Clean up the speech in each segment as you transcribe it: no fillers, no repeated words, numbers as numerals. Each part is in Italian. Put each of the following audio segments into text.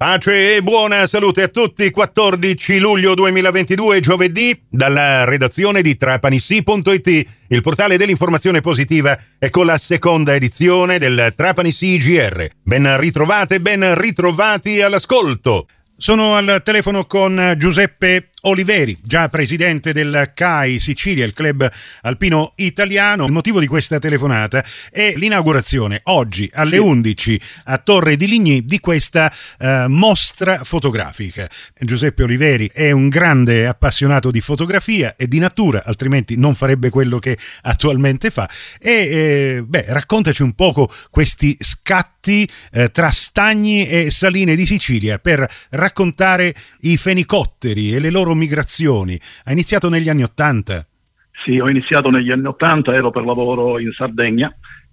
Pace e buona salute a tutti. 14 luglio 2022, giovedì, dalla redazione di TrapaniSì.it, il portale dell'informazione positiva, e con la seconda edizione del Trapani GR. Ben ritrovate, ben ritrovati all'ascolto. Sono al telefono con Giuseppe Oliveri, già presidente del CAI Sicilia, il club alpino italiano. Il motivo di questa telefonata è l'inaugurazione oggi alle 11 a Torre di Ligny di questa mostra fotografica. Giuseppe Oliveri è un grande appassionato di fotografia e di natura, altrimenti non farebbe quello che attualmente fa. E raccontaci un poco questi scatti tra stagni e saline di Sicilia per raccontare i fenicotteri e le loro migrazioni. Ha iniziato negli anni '80? Sì, ho iniziato negli anni '80, ero per lavoro in Sardegna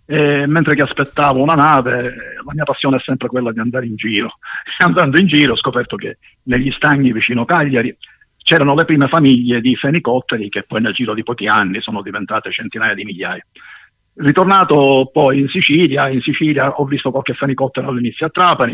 e mentre che aspettavo una nave, la mia passione è sempre quella di andare in giro. Andando in giro ho scoperto che negli stagni vicino Cagliari c'erano le prime famiglie di fenicotteri che poi nel giro di pochi anni sono diventate centinaia di migliaia. Ritornato poi in Sicilia ho visto qualche fenicottero all'inizio a Trapani,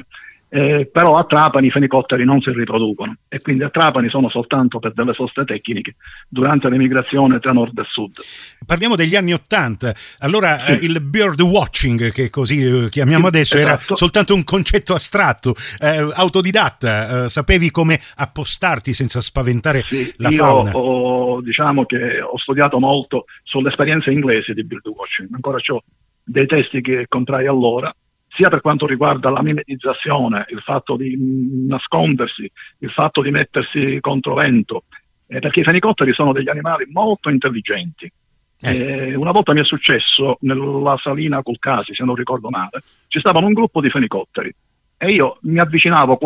però a Trapani i fenicotteri non si riproducono e quindi a Trapani sono soltanto per delle soste tecniche durante l'emigrazione tra nord e sud. Parliamo degli anni '80, allora il bird watching, che così chiamiamo adesso, esatto, era soltanto un concetto astratto, autodidatta, sapevi come appostarti senza spaventare la fauna? Diciamo che ho studiato molto sull'esperienza inglese di bird watching, ancora ho dei testi che contrai allora, sia per quanto riguarda la mimetizzazione, il fatto di nascondersi, il fatto di mettersi contro vento, perché i fenicotteri sono degli animali molto intelligenti. Una volta mi è successo nella salina Culcasi, se non ricordo male, ci stavano un gruppo di fenicotteri e io mi avvicinavo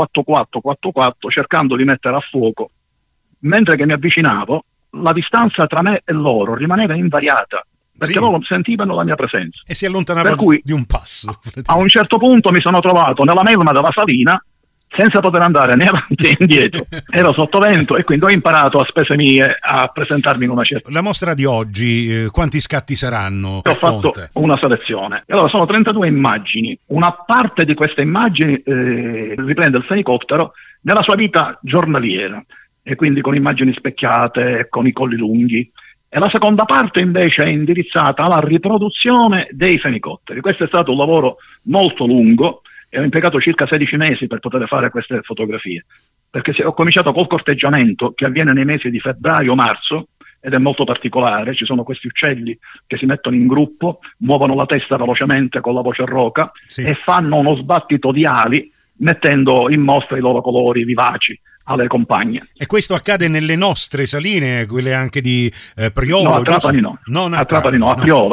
4-4 cercando di mettere a fuoco. Mentre che mi avvicinavo, la distanza tra me e loro rimaneva invariata, perché loro sentivano la mia presenza e si allontanavano di un passo. A un certo punto mi sono trovato nella melma della salina senza poter andare né avanti né indietro, ero sotto vento e quindi ho imparato a spese mie a presentarmi in una certa. La mostra di oggi, quanti scatti saranno? Ho fatto una selezione, allora sono 32 immagini. Una parte di queste immagini riprende il fenicottero nella sua vita giornaliera e quindi con immagini specchiate, con i colli lunghi. E la seconda parte invece è indirizzata alla riproduzione dei fenicotteri. Questo è stato un lavoro molto lungo e ho impiegato circa 16 mesi per poter fare queste fotografie, perché ho cominciato col corteggiamento che avviene nei mesi di febbraio-marzo ed è molto particolare. Ci sono questi uccelli che si mettono in gruppo, muovono la testa velocemente con la voce roca e fanno uno sbattito di ali mettendo in mostra i loro colori vivaci alle compagne. E questo accade nelle nostre saline, quelle anche di Priolo? No, a Trapani no. Non a Trapani no, a Priolo.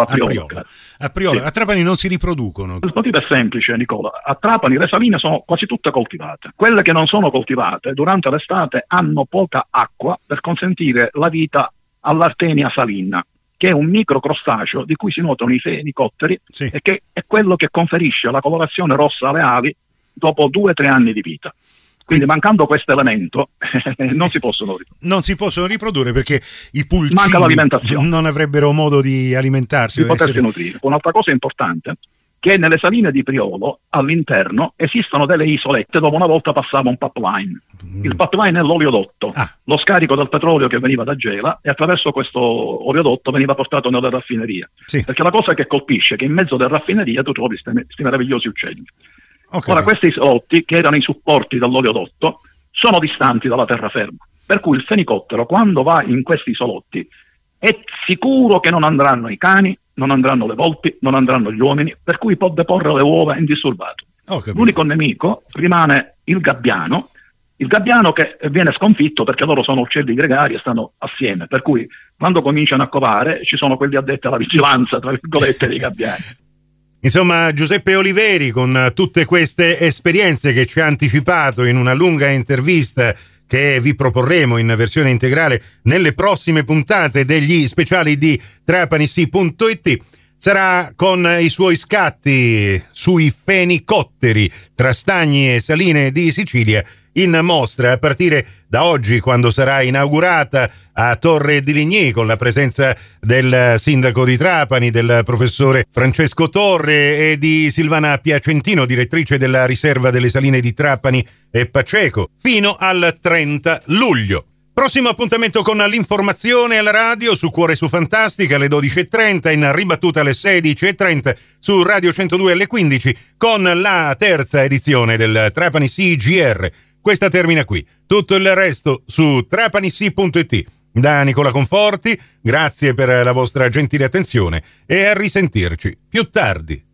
A Priolo. A Trapani non si riproducono. Il motivo è semplice, Nicola. A Trapani le saline sono quasi tutte coltivate. Quelle che non sono coltivate durante l'estate hanno poca acqua per consentire la vita all'Artenia salina, che è un microcrostaceo di cui si nutrono i fenicotteri e che è quello che conferisce la colorazione rossa alle ali dopo 2-3 anni di vita. Quindi mancando questo elemento non si possono riprodurre perché i pulcini manca l'alimentazione, non avrebbero modo di alimentarsi, di potersi nutrire. Un'altra cosa importante che nelle saline di Priolo all'interno esistono delle isolette dove una volta passava un pipeline. Il pipeline è l'oleodotto, lo scarico del petrolio che veniva da Gela e attraverso questo oleodotto veniva portato nelle raffinerie. Perché la cosa che colpisce è che in mezzo alle raffinerie tu trovi questi meravigliosi uccelli. Ora questi isolotti, che erano i supporti dell'oleodotto, sono distanti dalla terraferma, per cui il fenicottero quando va in questi isolotti è sicuro che non andranno i cani, non andranno le volpi, non andranno gli uomini, per cui può deporre le uova indisturbato. L'unico nemico rimane il gabbiano che viene sconfitto perché loro sono uccelli gregari e stanno assieme, per cui quando cominciano a covare ci sono quelli addetti alla vigilanza, tra virgolette, dei gabbiani. Insomma, Giuseppe Oliveri, con tutte queste esperienze che ci ha anticipato in una lunga intervista che vi proporremo in versione integrale nelle prossime puntate degli speciali di TrapaniSì.it, sarà con i suoi scatti sui fenicotteri tra Stagni e Saline di Sicilia in mostra a partire da oggi, quando sarà inaugurata a Torre di Ligny con la presenza del sindaco di Trapani, del professore Francesco Torre e di Silvana Piacentino, direttrice della riserva delle Saline di Trapani e Paceco, fino al 30 luglio. Prossimo appuntamento con l'informazione alla radio su Cuore su Fantastica alle 12.30, in ribattuta alle 16.30 su Radio 102 alle 15 con la terza edizione del Trapani CGR. Questa termina qui. Tutto il resto su trapanisi.it. Da Nicola Conforti, grazie per la vostra gentile attenzione e a risentirci più tardi.